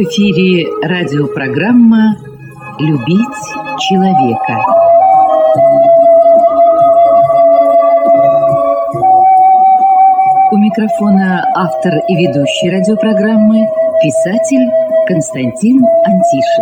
эфире радиопрограмма «Любить человека». У микрофона автор и ведущий радиопрограммы писатель Константин Антишин.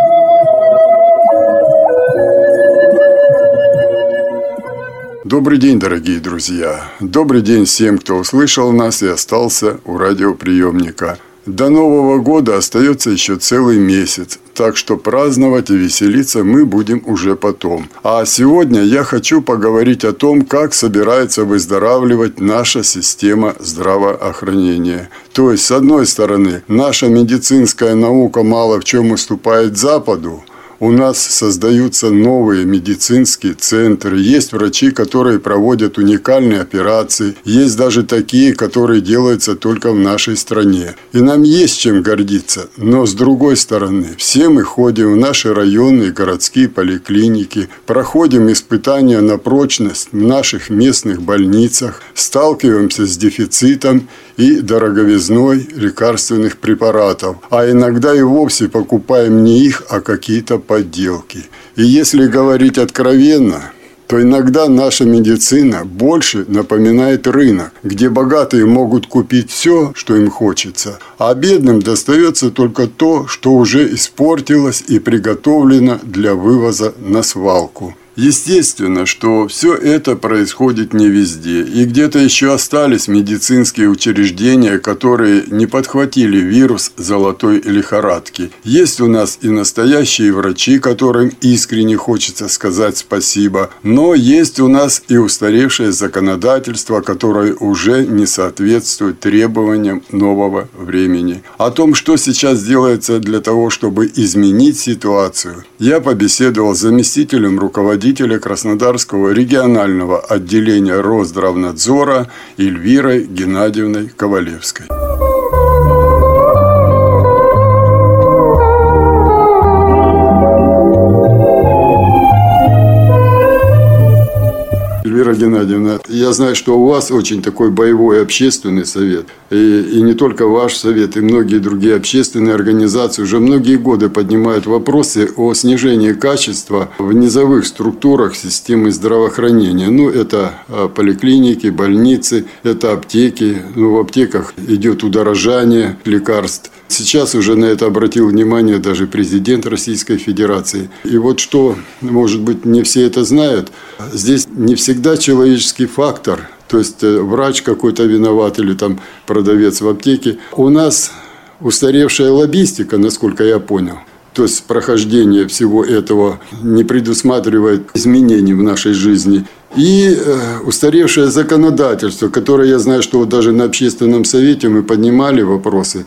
Добрый день, дорогие друзья! Добрый день всем, кто услышал нас и остался у радиоприемника. До Нового года остается еще целый месяц, так что праздновать и веселиться мы будем уже потом. А сегодня я хочу поговорить о том, как собирается выздоравливать наша система здравоохранения. То есть, с одной стороны, наша медицинская наука мало в чем уступает Западу. У нас создаются новые медицинские центры, есть врачи, которые проводят уникальные операции, есть даже такие, которые делаются только в нашей стране. И нам есть чем гордиться, но с другой стороны, все мы ходим в наши районные и городские поликлиники, проходим испытания на прочность в наших местных больницах, сталкиваемся с дефицитом и дороговизной лекарственных препаратов, а иногда и вовсе покупаем не их, а какие-то подделки. И если говорить откровенно, то иногда наша медицина больше напоминает рынок, где богатые могут купить все, что им хочется, а бедным достается только то, что уже испортилось и приготовлено для вывоза на свалку. Естественно, что все это происходит не везде, и где-то еще остались медицинские учреждения, которые не подхватили вирус золотой лихорадки. Есть у нас и настоящие врачи, которым искренне хочется сказать спасибо, но есть у нас и устаревшее законодательство, которое уже не соответствует требованиям нового времени. О том, что сейчас делается для того, чтобы изменить ситуацию, я побеседовал с заместителем руководителя Краснодарского регионального отделения Росздравнадзора Эльвирой Геннадьевной Ковалевской. Эльвира Геннадьевна, я знаю, что у вас очень такой боевой общественный совет. И не только ваш совет, и многие другие общественные организации уже многие годы поднимают вопросы о снижении качества в низовых структурах системы здравоохранения. Это поликлиники, больницы, это аптеки. В аптеках идет удорожание лекарств. Сейчас уже на это обратил внимание даже президент Российской Федерации. И вот что, может быть, не все это знают, здесь не всегда человеческий фактор, то есть врач какой-то виноват или там продавец в аптеке. У нас устаревшая логистика, насколько я понял. То есть прохождение всего этого не предусматривает изменений в нашей жизни. И устаревшее законодательство, которое я знаю, что даже на общественном совете мы поднимали вопросы.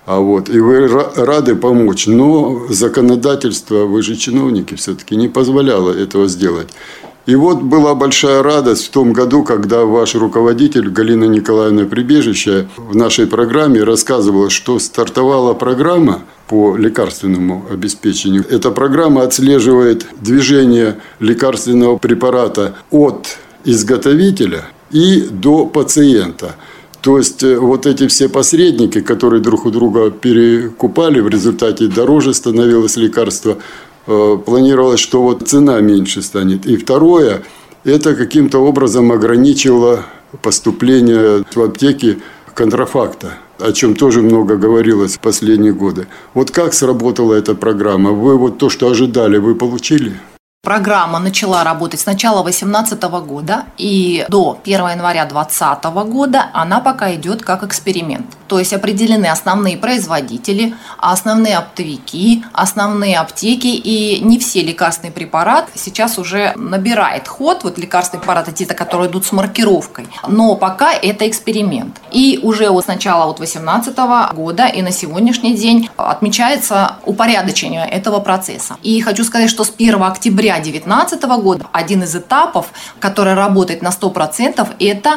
И вы рады помочь, но законодательство, вы же чиновники, все-таки не позволяло этого сделать. И вот была большая радость в том году, когда ваш руководитель Галина Николаевна Прибежища в нашей программе рассказывала, что стартовала программа по лекарственному обеспечению. Эта программа отслеживает движение лекарственного препарата от изготовителя и до пациента. То есть, вот эти все посредники, которые друг у друга перекупали, в результате дороже становилось лекарство, планировалось, что вот цена меньше станет. И второе, это каким-то образом ограничило поступление в аптеки контрафакта, о чем тоже много говорилось в последние годы. Вот как сработала эта программа? Вы вот то, что ожидали, вы получили? Программа начала работать с начала 2018 года и до 1 января 2020 года она пока идет как эксперимент. То есть определены основные производители, основные оптовики, основные аптеки, и не все лекарственные препараты сейчас уже набирает ход. Вот лекарственные препараты, те, которые идут с маркировкой. Но пока это эксперимент. И уже с начала 2018 года и на сегодняшний день отмечается упорядочение этого процесса. И хочу сказать, что с 1 октября 2019 года один из этапов, который работает на 100%, это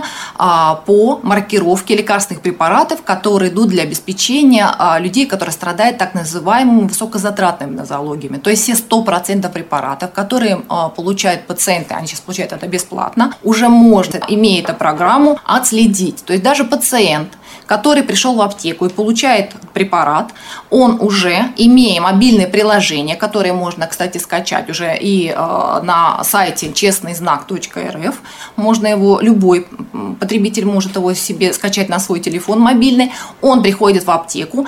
по маркировке лекарственных препаратов, которые идут для обеспечения людей, которые страдают так называемыми высокозатратными нозологиями. То есть все 100% препаратов, которые получают пациенты, они сейчас получают это бесплатно, уже может, имея эту программу, отследить. То есть даже пациент, который пришел в аптеку и получает препарат, он уже, имея мобильное приложение, которое можно, кстати, скачать уже и на сайте честныйзнак.рф, можно его, любой потребитель может его себе скачать на свой телефон мобильный, он приходит в аптеку,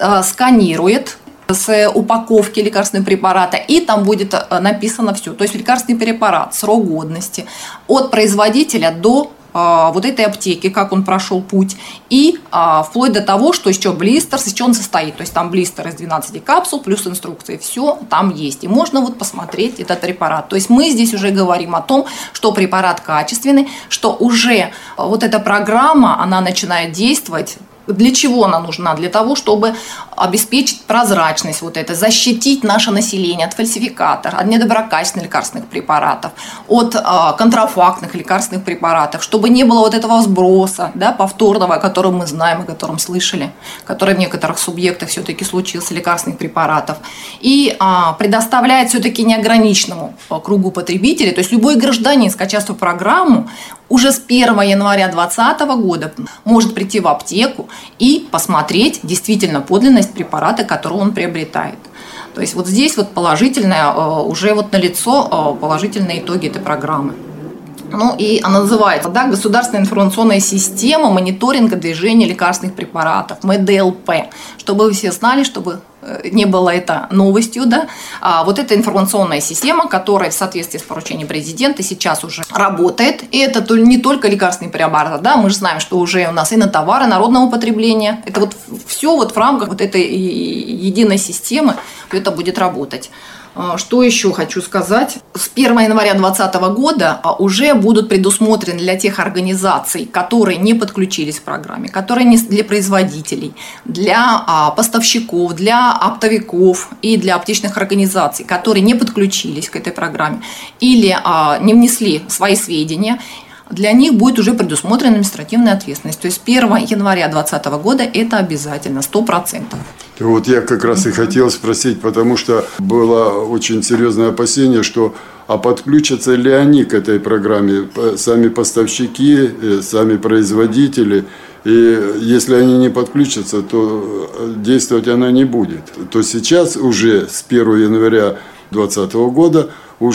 сканирует с упаковки лекарственного препарата, и там будет написано все. То есть лекарственный препарат, срок годности от производителя до вот этой аптеки, как он прошел путь, и вплоть до того, что еще блистер, из чего он состоит. То есть там блистер из 12 капсул плюс инструкции. Все там есть. И можно вот посмотреть этот препарат. То есть мы здесь уже говорим о том, что препарат качественный, что уже вот эта программа, она начинает действовать. Для чего она нужна? Для того, чтобы обеспечить прозрачность вот это, защитить наше население от фальсификатов, от недоброкачественных лекарственных препаратов, от контрафактных лекарственных препаратов, чтобы не было вот этого сброса, да, повторного, о котором мы знаем, о котором слышали, который в некоторых субъектах все-таки случился, лекарственных препаратов, и предоставляет все-таки неограниченному кругу потребителей, то есть любой гражданин, скачав эту программу, уже с 1 января 2020 года может прийти в аптеку и посмотреть действительно подлинность препарата, который он приобретает. То есть вот здесь вот положительное, уже вот налицо положительные итоги этой программы. Ну и она называется, да, Государственная информационная система мониторинга движения лекарственных препаратов, МДЛП. Чтобы вы все знали, чтобы не было это новостью, да, вот эта информационная система, которая в соответствии с поручением президента сейчас уже работает, и это не только лекарственные препараты, да, мы же знаем, что уже у нас и на товары народного потребления, это вот все вот в рамках вот этой единой системы это будет работать. Что еще хочу сказать? С 1 января 2020 года уже будут предусмотрены для тех организаций, которые не подключились к программе, которые не для производителей, для поставщиков, для оптовиков и для аптечных организаций, которые не подключились к этой программе или не внесли свои сведения, для них будет уже предусмотрена административная ответственность. То есть 1 января 2020 года это обязательно, 100%. Вот я как раз и хотел спросить, потому что было очень серьезное опасение, что подключатся ли они к этой программе, сами поставщики, сами производители. И если они не подключатся, то действовать она не будет. То сейчас уже с 1 января 2020 года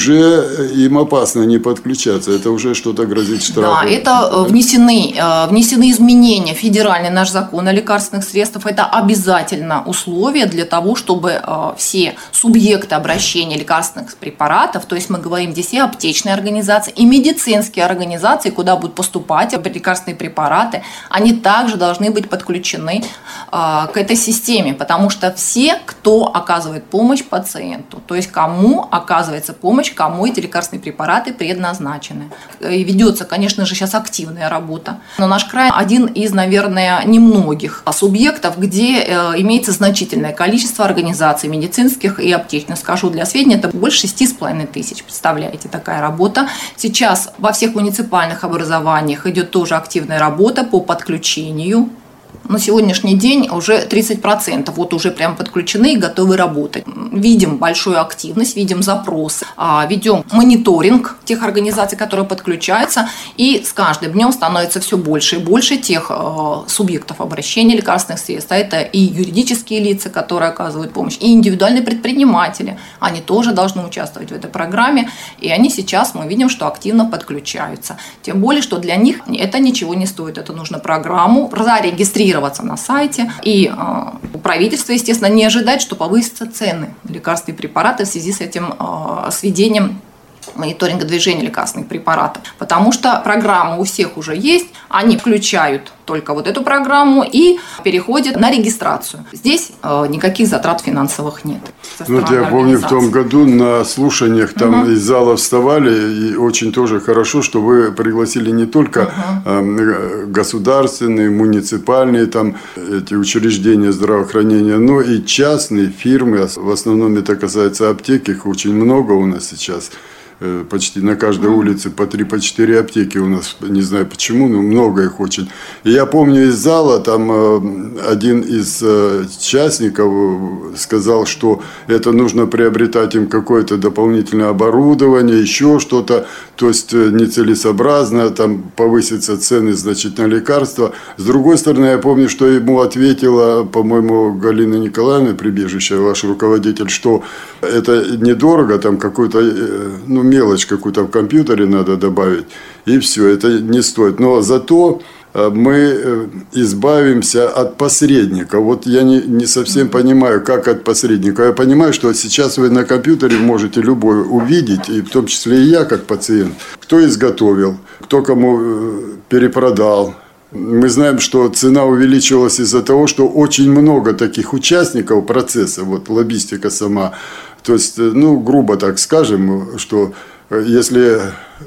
уже им опасно не подключаться, это уже что-то грозит штрафом. Да, это внесены изменения в федеральный наш закон о лекарственных средствах. Это обязательно условие для того, чтобы все субъекты обращения лекарственных препаратов, то есть мы говорим здесь и аптечные организации, и медицинские организации, куда будут поступать лекарственные препараты, они также должны быть подключены к этой системе, потому что все, кто оказывает помощь пациенту, то есть кому оказывается помощь, кому эти лекарственные препараты предназначены. И ведется, конечно же, сейчас активная работа. Но наш край один из, наверное, немногих субъектов, где имеется значительное количество организаций медицинских и аптечных. Скажу для сведения, это больше 6,5 тысяч. Представляете, такая работа. Сейчас во всех муниципальных образованиях идет тоже активная работа по подключению. На сегодняшний день уже 30% вот уже прям подключены и готовы работать. Видим большую активность, видим запросы, ведем мониторинг тех организаций, которые подключаются, и с каждым днем становится все больше и больше тех субъектов обращения лекарственных средств. Это и юридические лица, которые оказывают помощь, и индивидуальные предприниматели. Они тоже должны участвовать в этой программе, и они сейчас, мы видим, что активно подключаются. Тем более, что для них это ничего не стоит. Это нужно программу зарегистрировать на сайте, и у правительства, естественно, не ожидать, что повысятся цены на лекарственные препараты в связи с этим сведением мониторинга движения лекарственных препаратов. Потому что программа у всех уже есть, они включают только вот эту программу и переходят на регистрацию. Здесь никаких затрат финансовых нет. Вот я помню, в том году на слушаниях там из зала вставали, и очень тоже хорошо, что вы пригласили не только государственные, муниципальные там эти учреждения здравоохранения, но и частные фирмы. В основном это касается аптек, их очень много у нас сейчас. Почти на каждой улице по 3-4 аптеки у нас, не знаю почему, но много их очень. И Я помню из зала, там один из участников сказал, что это нужно приобретать им какое-то дополнительное оборудование, еще что-то, то есть нецелесообразно, там повысятся цены, значит, на лекарства. С другой стороны, я помню, что ему ответила, по-моему, Галина Николаевна Прибежища, ваш руководитель, что это недорого, там какую-то, мелочь какую-то в компьютере надо добавить, и все, это не стоит. Но зато мы избавимся от посредника. Вот я не совсем понимаю, как от посредника. Я понимаю, что сейчас вы на компьютере можете любой увидеть, и в том числе и я как пациент, кто изготовил, кто кому перепродал. Мы знаем, что цена увеличилась из-за того, что очень много таких участников процесса, вот лоббистика сама. То есть, грубо так скажем, что если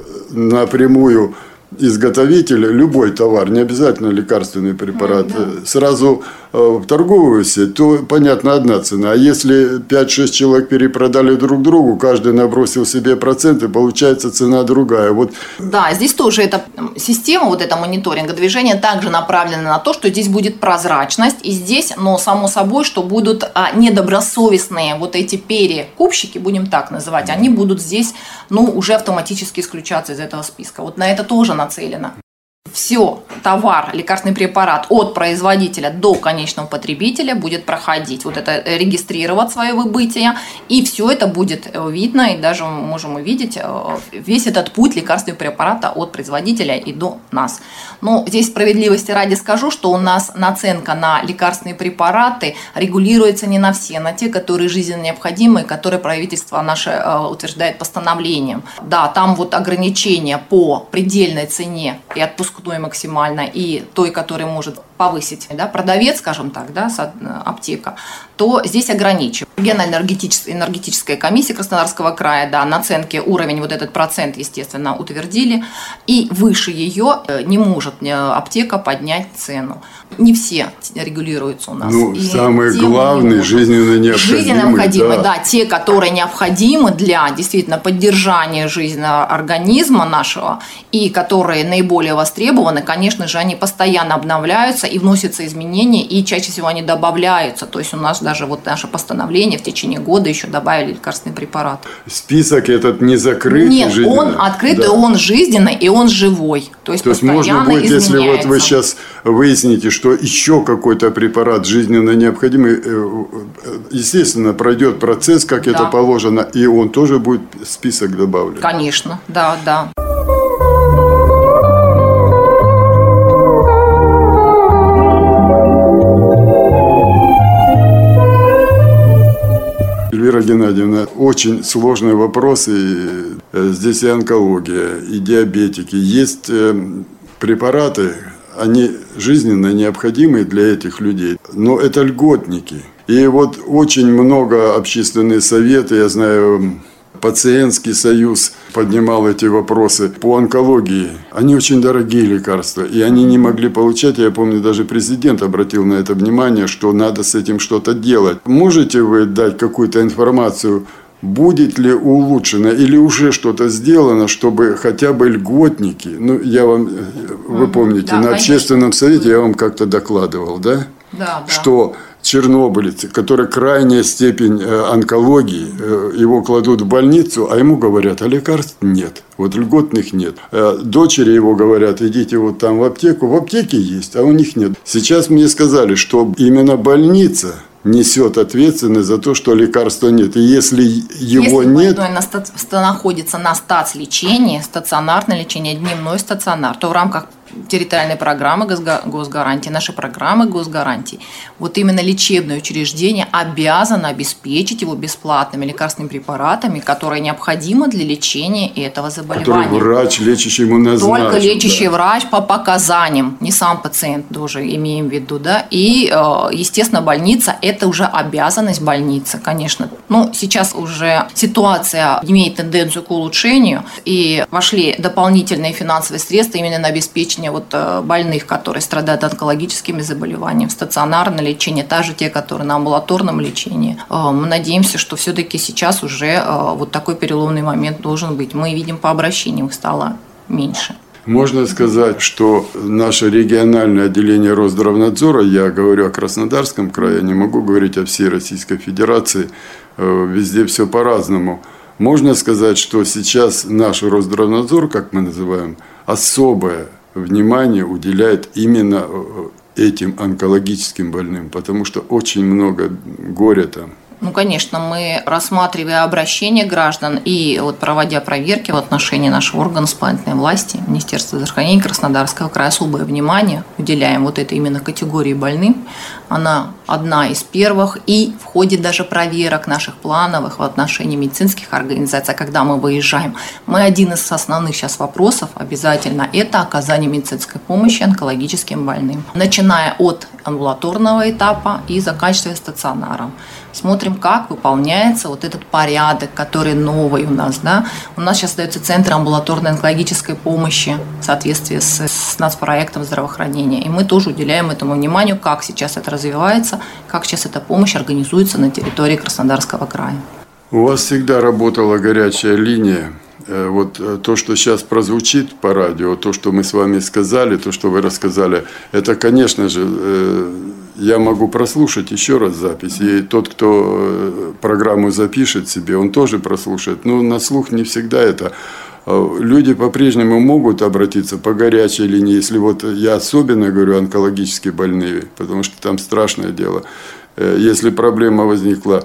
напрямую изготовитель, любой товар, не обязательно лекарственный препарат, сразу в торговую сеть, то, понятно, одна цена. А если 5-6 человек перепродали друг другу, каждый набросил себе проценты, получается цена другая. Вот. Да, здесь тоже эта система, вот эта мониторинга движения также направлена на то, что здесь будет прозрачность. И здесь, само собой, что будут недобросовестные вот эти перекупщики, будем так называть, они будут здесь, уже автоматически исключаться из этого списка. Вот на это тоже нацелено. Все, товар, лекарственный препарат от производителя до конечного потребителя будет проходить, вот это регистрировать свое выбытие, и все это будет видно, и даже мы можем увидеть весь этот путь лекарственного препарата от производителя и до нас. Но здесь справедливости ради скажу, что у нас наценка на лекарственные препараты регулируется не на все, на те, которые жизненно необходимы, которые правительство наше утверждает постановлением. Да, там вот ограничения по предельной цене и отпускной максимально, и той, которая может повысить, продавец, скажем так, аптека, то здесь ограничиваем. Регионально-энергетическая комиссия Краснодарского края, наценки уровень, вот этот процент, естественно, утвердили, и выше ее не может аптека поднять цену. Не все регулируются у нас. Самые главные, жизненно необходимые. Те, которые необходимы для действительно поддержания жизненного организма нашего, и которые наиболее востребованы, конечно же, они постоянно обновляются и вносятся изменения, и чаще всего они добавляются. То есть у нас даже вот наше постановление в течение года еще добавили лекарственный препарат. Список этот не закрыт? Нет, он открытый, он жизненный и он живой. То есть можно будет, если вот вы сейчас выясните, что еще какой-то препарат жизненно необходимый, естественно, пройдет процесс, как это положено, и он тоже будет в список добавлен. Конечно, да. Эльвира Геннадьевна, очень сложный вопрос, и здесь и онкология, и диабетики. Есть препараты, они жизненно необходимы для этих людей, но это льготники. И вот очень много общественные советы, я знаю, Пациентский союз поднимал эти вопросы по онкологии. Они очень дорогие лекарства, и они не могли получать. Я помню, даже президент обратил на это внимание, что надо с этим что-то делать. Можете вы дать какую-то информацию, будет ли улучшено или уже что-то сделано, чтобы хотя бы льготники, вы помните, на общественном совете я вам как-то докладывал, что чернобылец, который крайняя степень онкологии, его кладут в больницу, а ему говорят, а лекарств нет, вот льготных нет. Дочери его говорят, идите вот там в аптеку, в аптеке есть, а у них нет. Сейчас мне сказали, что именно больница несет ответственность за то, что лекарства нет. И если его нет... Если находится на стацлечении, стационарное лечение, дневной стационар, то в рамках территориальной программы госгарантии, нашей программы госгарантии, вот именно лечебное учреждение обязано обеспечить его бесплатными лекарственными препаратами, которые необходимы для лечения этого заболевания. Который врач, лечащий ему назначил. Только лечащий врач по показаниям, не сам пациент, тоже имеем в виду, И, естественно, больница – это уже обязанность больницы, конечно. Сейчас уже ситуация имеет тенденцию к улучшению, и вошли дополнительные финансовые средства именно на обеспечение больных, которые страдают онкологическими заболеваниями, стационарное лечение, также те, которые на амбулаторном лечении. Мы надеемся, что все-таки сейчас уже вот такой переломный момент должен быть. Мы видим по обращениям, их стало меньше. Можно сказать, что наше региональное отделение Росздравнадзора, я говорю о Краснодарском крае, не могу говорить о всей Российской Федерации, везде все по-разному. Можно сказать, что сейчас наш Росздравнадзор, как мы называем, особое внимание уделяет именно этим онкологическим больным, потому что очень много горя там. Ну, конечно, мы, рассматривая обращения граждан и вот проводя проверки в отношении нашего органа исполнительной власти, Министерства здравоохранения Краснодарского края, особое внимание уделяем вот этой именно категории больным. Она одна из первых и в ходе даже проверок наших плановых в отношении медицинских организаций, когда мы выезжаем, мы один из основных сейчас вопросов обязательно – это оказание медицинской помощи онкологическим больным, начиная от амбулаторного этапа и заканчивая стационаром. Смотрим, как выполняется вот этот порядок, который новый у нас. Да? У нас сейчас дается центр амбулаторной онкологической помощи в соответствии с нацпроектом здравоохранения. И мы тоже уделяем этому вниманию, как сейчас это развивается, как сейчас эта помощь организуется на территории Краснодарского края. У вас всегда работала горячая линия. Вот то, что сейчас прозвучит по радио, то, что мы с вами сказали, то, что вы рассказали, это, конечно же, я могу прослушать еще раз запись. И тот, кто программу запишет себе, он тоже прослушает. Но на слух не всегда это. Люди по-прежнему могут обратиться по горячей линии, если вот я особенно говорю онкологически больные, потому что там страшное дело. Если проблема возникла,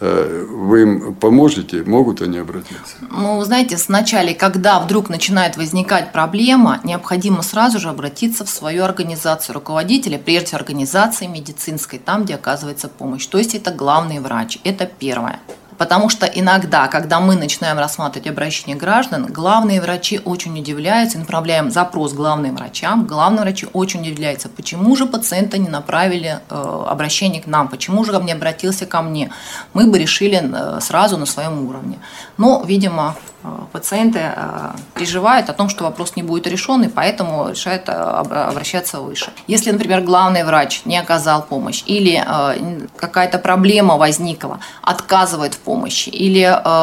вы им поможете, могут они обратиться? Ну, вы знаете, сначала, когда вдруг начинает возникать проблема, необходимо сразу же обратиться в свою организацию руководителя, прежде всего организации медицинской, там, где оказывается помощь. То есть это главный врач, это первое. Потому что иногда, когда мы начинаем рассматривать обращения граждан, главные врачи очень удивляются, направляем запрос главным врачам, главные врачи очень удивляются, почему же пациента не направили обращение к нам, почему же он не обратился ко мне. Мы бы решили сразу на своем уровне. Но, видимо, пациенты переживают о том, что вопрос не будет решен, и поэтому решают обращаться выше. Если, например, главный врач не оказал помощь или какая-то проблема возникла, отказывает в помощи или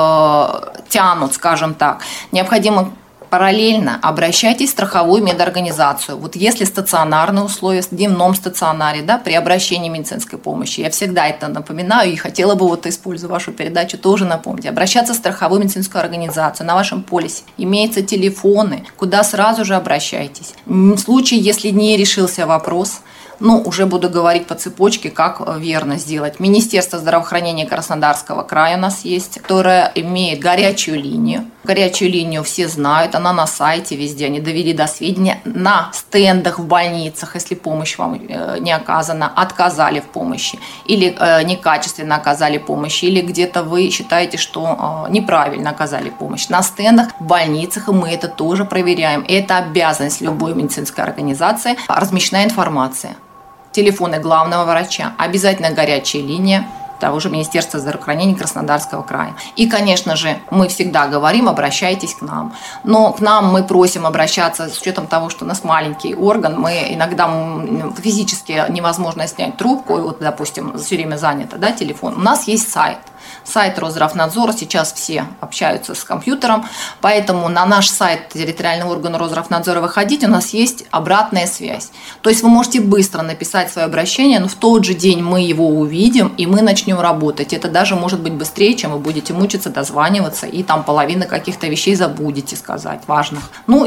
тянут, скажем так, необходимо параллельно обращайтесь в страховую медорганизацию. Вот если стационарные условия, в дневном стационаре, да, при обращении медицинской помощи, я всегда это напоминаю и хотела бы, вот используя вашу передачу, тоже напомнить. Обращаться в страховую медицинскую организацию. На вашем полисе имеются телефоны, куда сразу же обращайтесь. В случае, если не решился вопрос, уже буду говорить по цепочке, как верно сделать. Министерство здравоохранения Краснодарского края у нас есть, которое имеет горячую линию. Горячую линию все знают, она на сайте везде, они довели до сведения. На стендах в больницах, если помощь вам не оказана, отказали в помощи, или некачественно оказали помощь, или где-то вы считаете, что неправильно оказали помощь. На стендах в больницах, и мы это тоже проверяем. Это обязанность любой медицинской организации, размещена информация. Телефоны главного врача, обязательно горячая линия того же Министерства здравоохранения Краснодарского края. И, конечно же, мы всегда говорим, обращайтесь к нам. Но к нам мы просим обращаться с учетом того, что у нас маленький орган, мы иногда физически невозможно снять трубку, вот, допустим, все время занято, да, телефон. У нас есть сайт. Сайт Росздравнадзора, сейчас все общаются с компьютером, поэтому на наш сайт территориального органа Росздравнадзора выходить, у нас есть обратная связь. То есть вы можете быстро написать свое обращение, но в тот же день мы его увидим, и мы начнем работать. Это даже может быть быстрее, чем вы будете мучиться, дозваниваться, и там половина каких-то вещей забудете сказать, важных.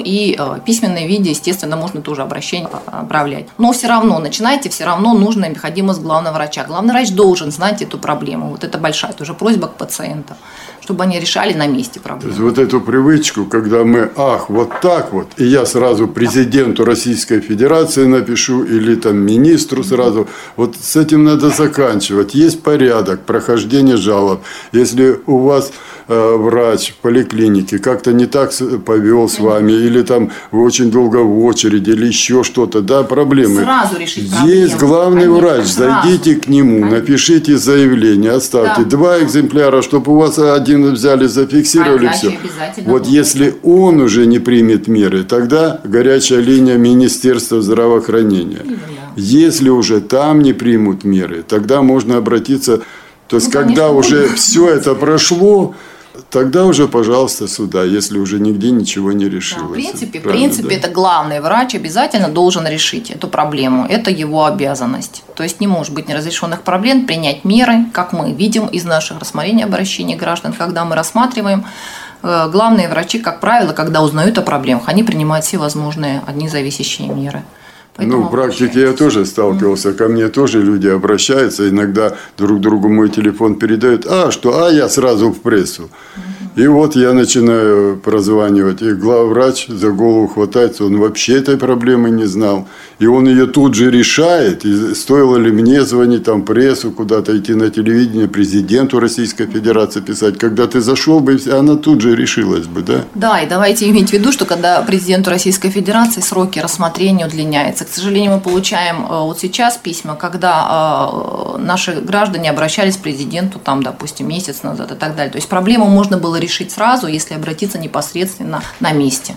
И письменное виде, естественно, можно тоже обращение отправлять. Но все равно, начинайте, все равно нужно и необходимо с главного врача. Главный врач должен знать эту проблему, вот это большая тоже просьба к пациентам, чтобы они решали на месте проблему. То есть вот эту привычку, когда мы, вот так вот, и я сразу президенту Российской Федерации напишу, или там министру сразу, вот с этим надо заканчивать. Есть порядок прохождения жалоб. Если у вас врач в поликлинике как-то не так повел с вами, или там вы очень долго в очереди, или еще что-то, да, проблемы. Сразу решить проблему. Есть главный врач, зайдите к нему, напишите заявление, оставьте 2 экземпляра, чтобы у вас один взяли, зафиксировали все. Вот если он уже не примет меры, тогда горячая линия Министерства здравоохранения. Если уже там не примут меры, тогда можно обратиться. То есть, когда уже все это прошло, тогда уже, пожалуйста, сюда, если уже нигде ничего не решилось. Да, в принципе, это главный врач обязательно должен решить эту проблему. Это его обязанность. То есть не может быть неразрешенных проблем, принять меры, как мы видим из наших рассмотрений обращений граждан, когда мы рассматриваем. Главные врачи, как правило, когда узнают о проблемах, они принимают все возможные от них зависящие меры. Поэтому в практике я тоже сталкивался. Ко мне тоже люди обращаются, иногда друг другу мой телефон передают. Я сразу в прессу. И вот я начинаю прозванивать. И главврач за голову хватается. Он вообще этой проблемы не знал. И он ее тут же решает. И стоило ли мне звонить там прессу, куда-то идти на телевидение, президенту Российской Федерации писать. Когда ты зашел бы, она тут же решилась бы, да? Да, и давайте иметь в виду, что когда президенту Российской Федерации сроки рассмотрения удлиняются. К сожалению, мы получаем вот сейчас письма, когда наши граждане обращались к президенту, там, допустим, месяц назад и так далее. То есть проблему можно было решить сразу, если обратиться непосредственно на месте.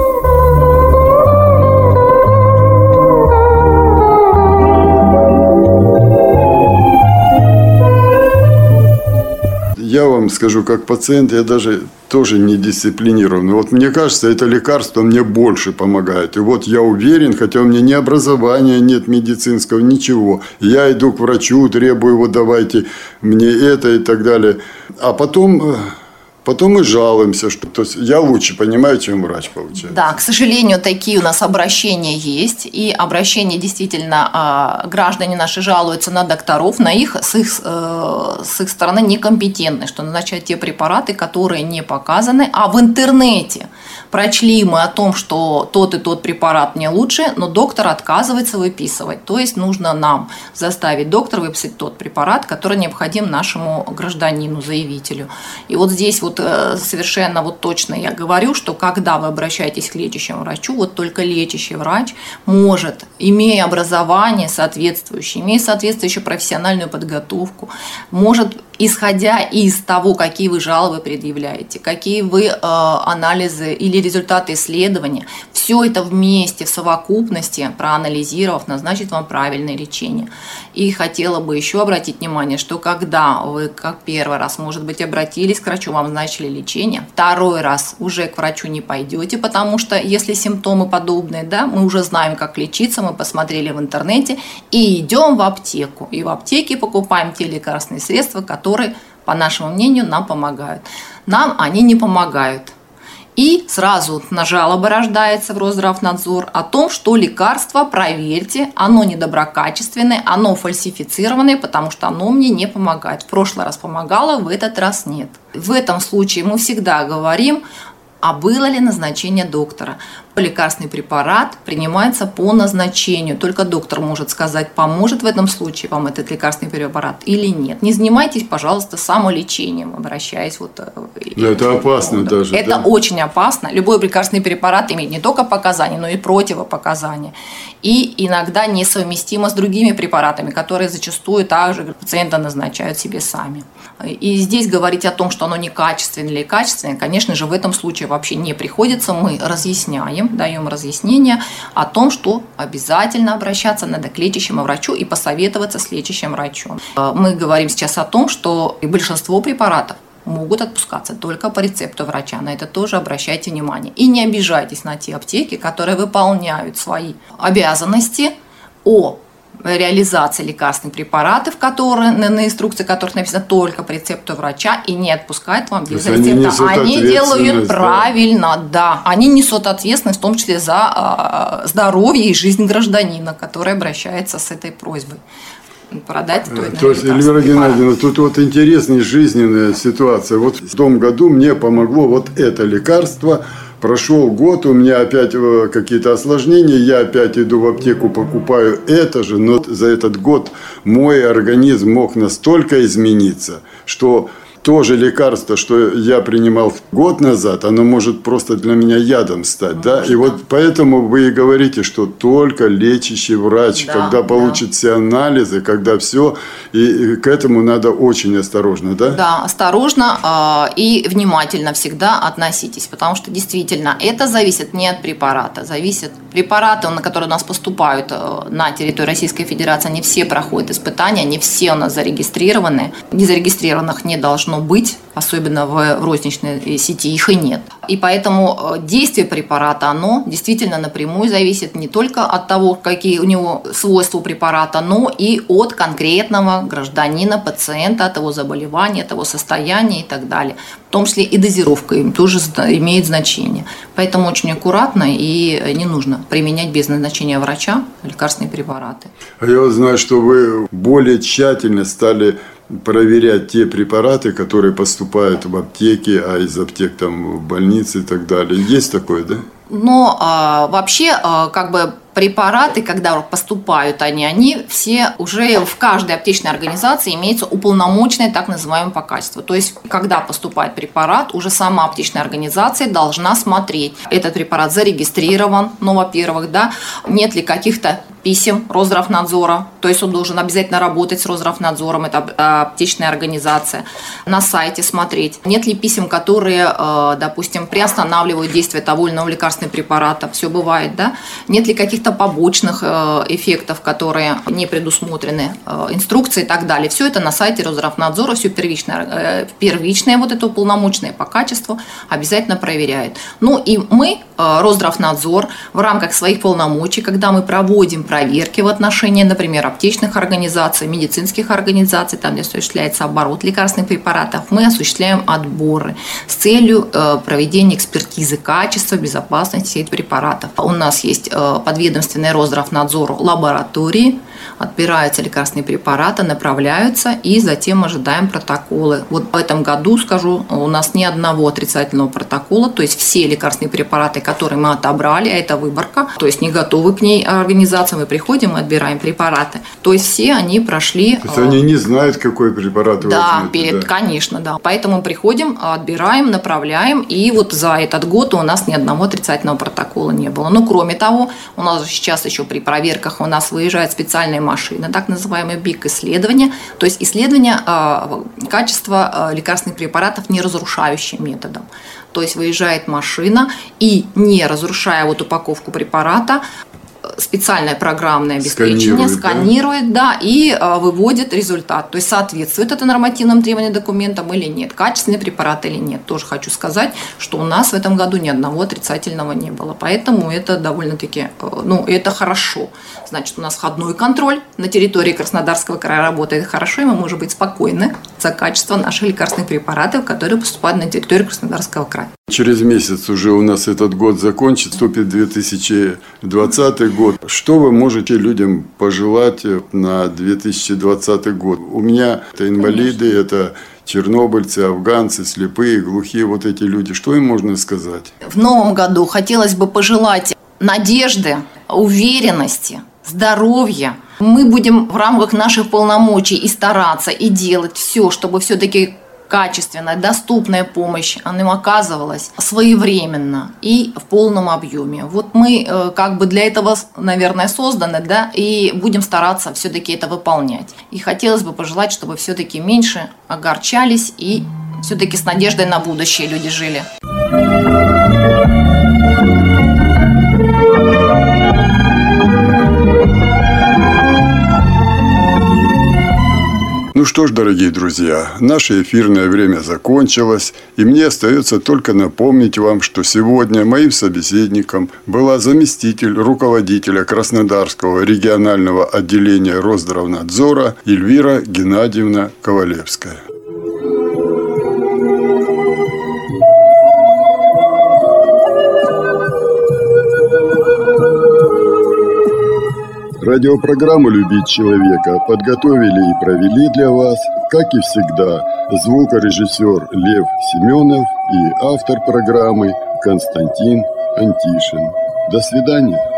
Я вам скажу, как пациент, я даже тоже не дисциплинированный. Вот мне кажется, это лекарство мне больше помогает. И вот я уверен, хотя у меня ни образования нет медицинского, ничего. Я иду к врачу, требую, вот давайте мне это и так далее. А потом мы жалуемся, что то есть я лучше понимаю, чем врач получается. Да, к сожалению, такие у нас обращения есть. И обращения действительно граждане наши жалуются на докторов, на их с их стороны некомпетентны, что назначают те препараты, которые не показаны. А в интернете прочли мы о том, что тот и тот препарат мне лучше, но доктор отказывается выписывать. То есть нужно нам заставить доктора выписать тот препарат, который необходим нашему гражданину, заявителю. И вот здесь вот совершенно вот точно я говорю, что когда вы обращаетесь к лечащему врачу, вот только лечащий врач может, имея образование соответствующее, имея соответствующую профессиональную подготовку, может, исходя из того, какие вы жалобы предъявляете, какие вы анализы или результаты исследования, все это вместе, в совокупности, проанализировав, назначить вам правильное лечение. И хотела бы еще обратить внимание, что когда вы, как первый раз, может быть, обратились к врачу, вам назначили лечение, второй раз уже к врачу не пойдете, потому что если симптомы подобные, да, мы уже знаем, как лечиться, мы посмотрели в интернете и идем в аптеку. И в аптеке покупаем те лекарственные средства, которые, по нашему мнению, нам помогают. Нам они не помогают. И сразу на жалоба рождается в Росздравнадзор о том, что лекарство, проверьте, оно недоброкачественное, оно фальсифицированное, потому что оно мне не помогает. В прошлый раз помогало, в этот раз нет. В этом случае мы всегда говорим, а было ли назначение доктора. Лекарственный препарат принимается по назначению. Только доктор может сказать, поможет в этом случае вам этот лекарственный препарат или нет. Не занимайтесь, пожалуйста, самолечением, обращаясь вот. Это опасно даже. Это очень опасно. Любой лекарственный препарат имеет не только показания, но и противопоказания. И иногда несовместимо с другими препаратами, которые зачастую также пациенты назначают себе сами. И здесь говорить о том, что оно некачественное или качественное, конечно же, в этом случае вообще не приходится. Мы разъясняем, даем разъяснение о том, что обязательно обращаться надо к лечащему врачу и посоветоваться с лечащим врачом. Мы говорим сейчас о том, что большинство препаратов могут отпускаться только по рецепту врача. На это тоже обращайте внимание. И не обижайтесь на те аптеки, которые выполняют свои обязанности о реализации лекарственных препаратов, которые, на инструкции которых написано только по рецепту врача, и не отпускают вам без рецепта. Они делают правильно, да. Они несут ответственность, в том числе за здоровье и жизнь гражданина, который обращается с этой просьбой. Продать то есть, Эльвира Геннадьевна, тут вот интересная жизненная ситуация. Вот в том году мне помогло вот это лекарство. Прошел год, у меня опять какие-то осложнения, я опять иду в аптеку, покупаю это же, но за этот год мой организм мог настолько измениться, что то же лекарство, что я принимал год назад, оно может просто для меня ядом стать. Да? И вот поэтому вы и говорите, что только лечащий врач, когда получит все анализы, когда все, и к этому надо очень осторожно. Да, да, осторожно и внимательно всегда относитесь, потому что действительно это зависит не от препарата, зависит препараты, на которые у нас поступают на территории Российской Федерации, они все проходят испытания, они все у нас зарегистрированы, незарегистрированных не должно быть, особенно в розничной сети, их и нет. И поэтому действие препарата, оно действительно напрямую зависит не только от того, какие у него свойства препарата, но и от конкретного гражданина, пациента, от его заболевания, от его состояния и так далее. В том числе и дозировка им тоже имеет значение. Поэтому очень аккуратно и не нужно применять без назначения врача лекарственные препараты. А я вот знаю, что вы более тщательно стали проверять те препараты, которые поступают в аптеки, а из аптек там в больницы и так далее. Есть такое, да? Но вообще как бы препараты, когда поступают они все уже в каждой аптечной организации имеется уполномоченное так называемое по качеству. То есть, когда поступает препарат, уже сама аптечная организация должна смотреть, этот препарат зарегистрирован, ну, во-первых, да, нет ли каких-то писем Росздравнадзора, то есть он должен обязательно работать с Росздравнадзором, это аптечная организация, на сайте смотреть, нет ли писем, которые, допустим, приостанавливают действие того или иного лекарственного препарата, все бывает, да, нет ли каких-то побочных эффектов, которые не предусмотрены, инструкции и так далее. Все это на сайте Росздравнадзора, все первичное вот это уполномоченное по качеству обязательно проверяет. Ну и мы, Росздравнадзор, в рамках своих полномочий, когда мы проводим проверки в отношении, например, аптечных организаций, медицинских организаций, там, где осуществляется оборот лекарственных препаратов, мы осуществляем отборы с целью проведения экспертизы качества, безопасности этих препаратов. У нас есть подведомственные Росздравнадзору лаборатории, отбираются лекарственные препараты, направляются, и затем ожидаем протоколы. Вот в этом году, скажу, у нас ни одного отрицательного протокола, то есть все лекарственные препараты, которые мы отобрали, а это выборка, то есть не готовы к ней организации, мы приходим и отбираем препараты. То есть все они прошли... То есть они не знают, какой препарат вы возьмете, конечно, да. Поэтому мы приходим, отбираем, направляем, и вот за этот год у нас ни одного отрицательного протокола не было. Но кроме того, у нас сейчас еще при проверках у нас выезжает специальная машина, так называемые БИК-исследования, то есть исследование качества лекарственных препаратов не разрушающим методом. То есть выезжает машина и, не разрушая вот упаковку препарата, специальное программное обеспечение сканирует, да, и выводит результат. То есть соответствует это нормативным требованиям документам или нет, качественный препарат или нет. Тоже хочу сказать, что у нас в этом году ни одного отрицательного не было. Поэтому это довольно-таки, это хорошо. Значит, у нас входной контроль на территории Краснодарского края работает хорошо, и мы можем быть спокойны за качество наших лекарственных препаратов, которые поступают на территорию Краснодарского края. Через месяц уже у нас этот год закончится, вступит 2020 год. Что вы можете людям пожелать на 2020 год? У меня это инвалиды, это чернобыльцы, афганцы, слепые, глухие, вот эти люди. Что им можно сказать? В новом году хотелось бы пожелать надежды, уверенности, здоровья. Мы будем в рамках наших полномочий и стараться, и делать все, чтобы все-таки качественная, доступная помощь, она им оказывалась своевременно и в полном объеме. Вот мы как бы для этого, наверное, созданы, да, и будем стараться все-таки это выполнять. И хотелось бы пожелать, чтобы все-таки меньше огорчались и все-таки с надеждой на будущее люди жили. Ну что ж, дорогие друзья, наше эфирное время закончилось, и мне остается только напомнить вам, что сегодня моим собеседником была заместитель руководителя Краснодарского регионального отделения Росздравнадзора Эльвира Геннадьевна Ковалевская. Радиопрограмму «Любить человека» подготовили и провели для вас, как и всегда, звукорежиссер Лев Семенов и автор программы Константин Антишин. До свидания.